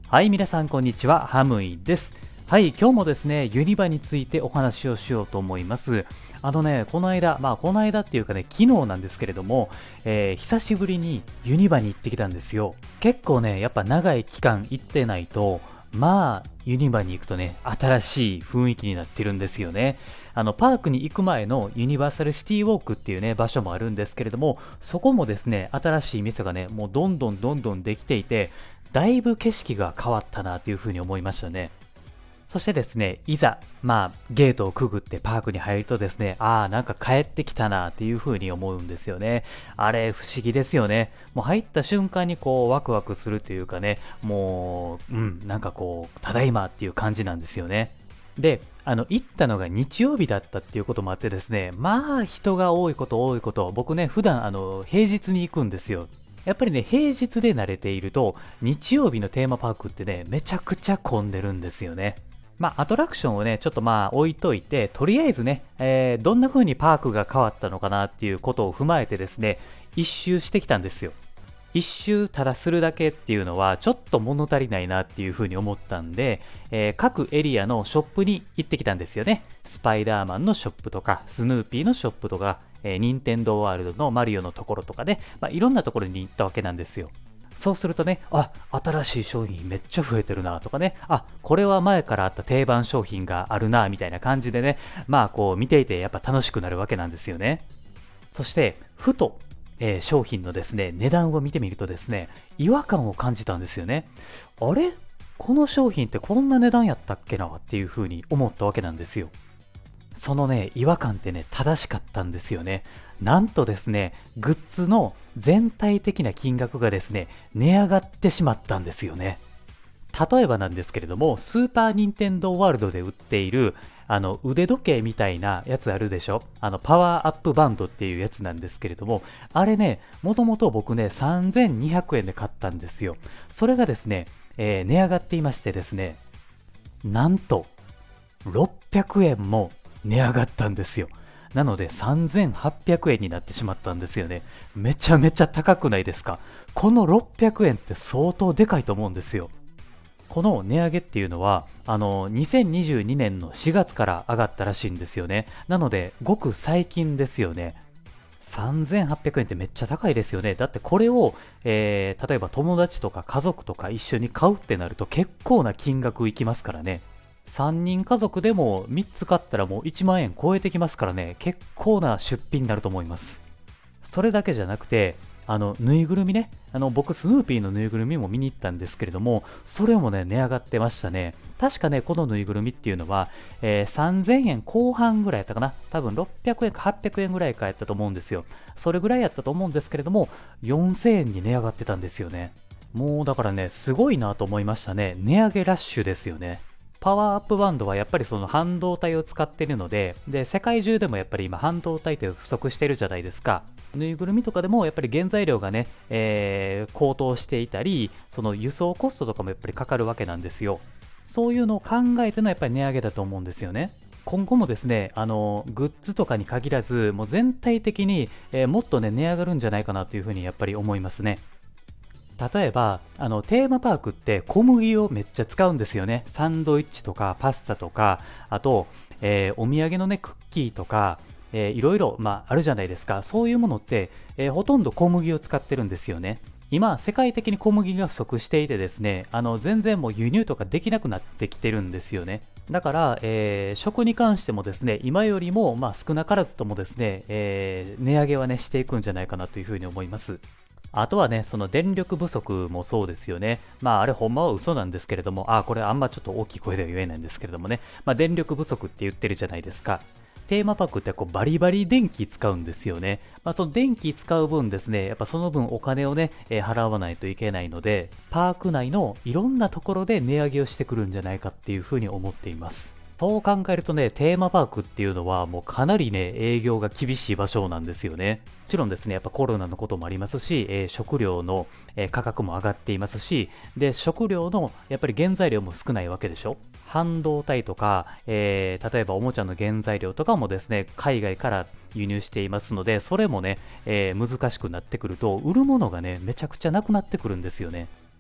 はい、皆さんこんにちは、ハムイです。はい、今日もですね、ユニバについてお話をしようと思います。この間っていうかね、昨日なんですけれども、久しぶりにユニバに行ってきたんですよ。結構ね、やっぱ長い期間行ってないと、ユニバに行くとね、新しい雰囲気になってるんですよね。パークに行く前のユニバーサルシティウォークっていうね、場所もあるんですけれども、そこもですね、新しい店がね、もうどんどんできていて、だいぶ景色が変わったなというふうに思いましたね。そしてですね、いざ、ゲートをくぐってパークに入るとですね、なんか帰ってきたなっていう風に思うんですよね。あれ、不思議ですよね。もう入った瞬間にこう、ワクワクするというかね、なんかこう、ただいまっていう感じなんですよね。で、行ったのが日曜日だったっていうこともあってですね、人が多いこと、僕ね、普段平日に行くんですよ。やっぱりね、平日で慣れていると、日曜日のテーマパークってね、めちゃくちゃ混んでるんですよね。アトラクションをね、ちょっと置いといて、とりあえずね、どんな風にパークが変わったのかなっていうことを踏まえてですね、一周してきたんですよ。一周ただするだけっていうのは、ちょっと物足りないなっていう風に思ったんで、各エリアのショップに行ってきたんですよね。スパイダーマンのショップとか、スヌーピーのショップとか、ニンテンドーワールドのマリオのところとかね、いろんなところに行ったわけなんですよ。そうするとね、新しい商品めっちゃ増えてるなとかね、これは前からあった定番商品があるなみたいな感じでね、こう見ていてやっぱ楽しくなるわけなんですよね。そして、ふと、商品のですね、値段を見てみるとですね、違和感を感じたんですよね。あれこの商品ってこんな値段やったっけなっていう風に思ったわけなんですよ。そのね、違和感ってね、正しかったんですよね。なんとですね、グッズの全体的な金額がですね、値上がってしまったんですよね。例えばなんですけれども、スーパーニンテンドーワールドで売っている、腕時計みたいなやつあるでしょ。パワーアップバンドっていうやつなんですけれども、あれね、もともと僕ね、3200円で買ったんですよ。それがですね、値上がっていましてですね、なんと、600円も値上がったんですよ。なので3800円になってしまったんですよね。めちゃめちゃ高くないですか？この600円って相当でかいと思うんですよ。この値上げっていうのは、2022年の4月から上がったらしいんですよね。なので、ごく最近ですよね。3800円ってめっちゃ高いですよね。だってこれを、例えば友達とか家族とか一緒に買うってなると結構な金額いきますからね。3人家族でも3つ買ったらもう1万円超えてきますからね、結構な出費になると思います。それだけじゃなくて、ぬいぐるみね、僕、スヌーピーのぬいぐるみも見に行ったんですけれども、それもね、値上がってましたね。確かね、このぬいぐるみっていうのは、3000円後半ぐらいやったかな。多分600円か800円ぐらいかやったと思うんですよ。それぐらいやったと思うんですけれども、4000円に値上がってたんですよね。もうだからね、すごいなと思いましたね。値上げラッシュですよね。パワーアップバンドはやっぱりその半導体を使っているので、世界中でもやっぱり今半導体って不足してるじゃないですか。ぬいぐるみとかでもやっぱり原材料がね、高騰していたり、その輸送コストとかもやっぱりかかるわけなんですよ。そういうのを考えてのやっぱり値上げだと思うんですよね。今後もですね、グッズとかに限らず、もう全体的に、もっとね、値上がるんじゃないかなというふうにやっぱり思いますね。例えば、テーマパークって小麦をめっちゃ使うんですよね。サンドイッチとかパスタとか、あと、お土産のね、クッキーとか、いろいろ、あるじゃないですか。そういうものって、ほとんど小麦を使ってるんですよね。今、世界的に小麦が不足していてですね、全然もう輸入とかできなくなってきてるんですよね。だから、食に関してもですね、今よりも、少なからずともですね、値上げはね、していくんじゃないかなというふうに思います。あとはね、その電力不足もそうですよね。あれほんまは嘘なんですけれども、これあんまちょっと大きい声では言えないんですけれどもね。電力不足って言ってるじゃないですか。テーマパークってこうバリバリ電気使うんですよね。その電気使う分ですね、やっぱその分お金をね、払わないといけないので、パーク内のいろんなところで値上げをしてくるんじゃないかっていうふうに思っています。そう考えるとね、テーマパークっていうのはもうかなりね、営業が厳しい場所なんですよね。もちろんですね、やっぱコロナのこともありますし、食料の、価格も上がっていますし、で、食料のやっぱり原材料も少ないわけでしょ。半導体とか、例えばおもちゃの原材料とかもですね、海外から輸入していますので、それもね、難しくなってくると、売るものがね、めちゃくちゃなくなってくるんですよね。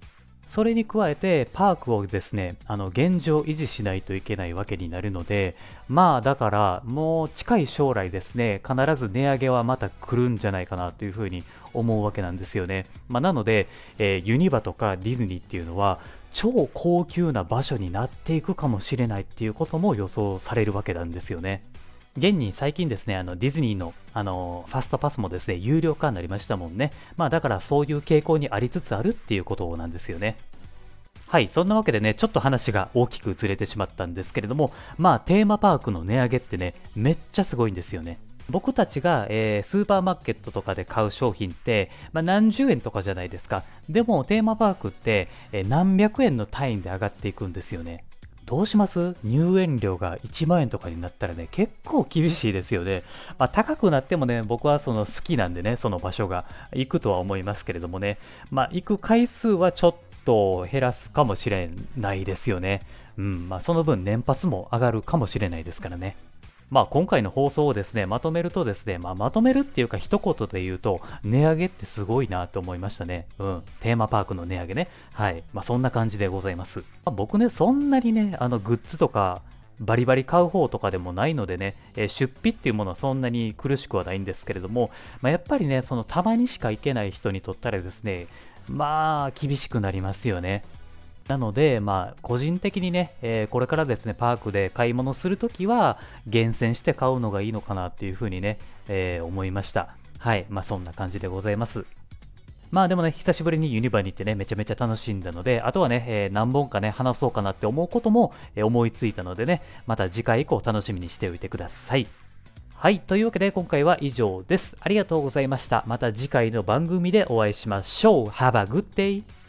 それに加えてパークをですね、現状維持しないといけないわけになるので、まあだからもう近い将来ですね、必ず値上げはまた来るんじゃないかなというふうに思うわけなんですよね。まあなので、ユニバとかディズニーっていうのは超高級な場所になっていくかもしれないっていうことも予想されるわけなんですよね。現に最近ですね、ディズニーの、ファストパスもですね、有料化になりましたもんね。まあだからそういう傾向にありつつあるっていうことなんですよね。はい、そんなわけでね、ちょっと話が大きくずれてしまったんですけれども、まあテーマパークの値上げってね、めっちゃすごいんですよね。僕たちが、スーパーマーケットとかで買う商品って、まあ、何十円とかじゃないですか。でもテーマパークって、何百円の単位で上がっていくんですよね。どうします？入園料が1万円とかになったらね、結構厳しいですよね。まあ、高くなってもね、僕はその好きなんでね、その場所が行くとは思いますけれどもね、まあ、行く回数はちょっと減らすかもしれないですよね。うん、まあ、その分年パスも上がるかもしれないですからね。まあ、今回の放送をですね、まとめるとですね、まあ、まとめるっていうか一言で言うと、値上げってすごいなと思いましたね。うん。テーマパークの値上げね。はい。まあ、そんな感じでございます。まあ、僕ね、そんなにね、グッズとか、バリバリ買う方とかでもないのでね、出費っていうものはそんなに苦しくはないんですけれども、まあ、やっぱりね、そのたまにしか行けない人にとったらですね、まあ、厳しくなりますよね。なので、まあ、個人的にね、これからですね、パークで買い物するときは、厳選して買うのがいいのかなっていうふうにね、思いました。はい。まあ、そんな感じでございます。まあでもね、久しぶりにユニバに行ってね、めちゃめちゃ楽しんだので、あとはね、何本かね、話そうかなって思うことも、思いついたのでね、また次回以降楽しみにしておいてください。はい。というわけで今回は以上です。ありがとうございました。また次回の番組でお会いしましょう。Have a good day!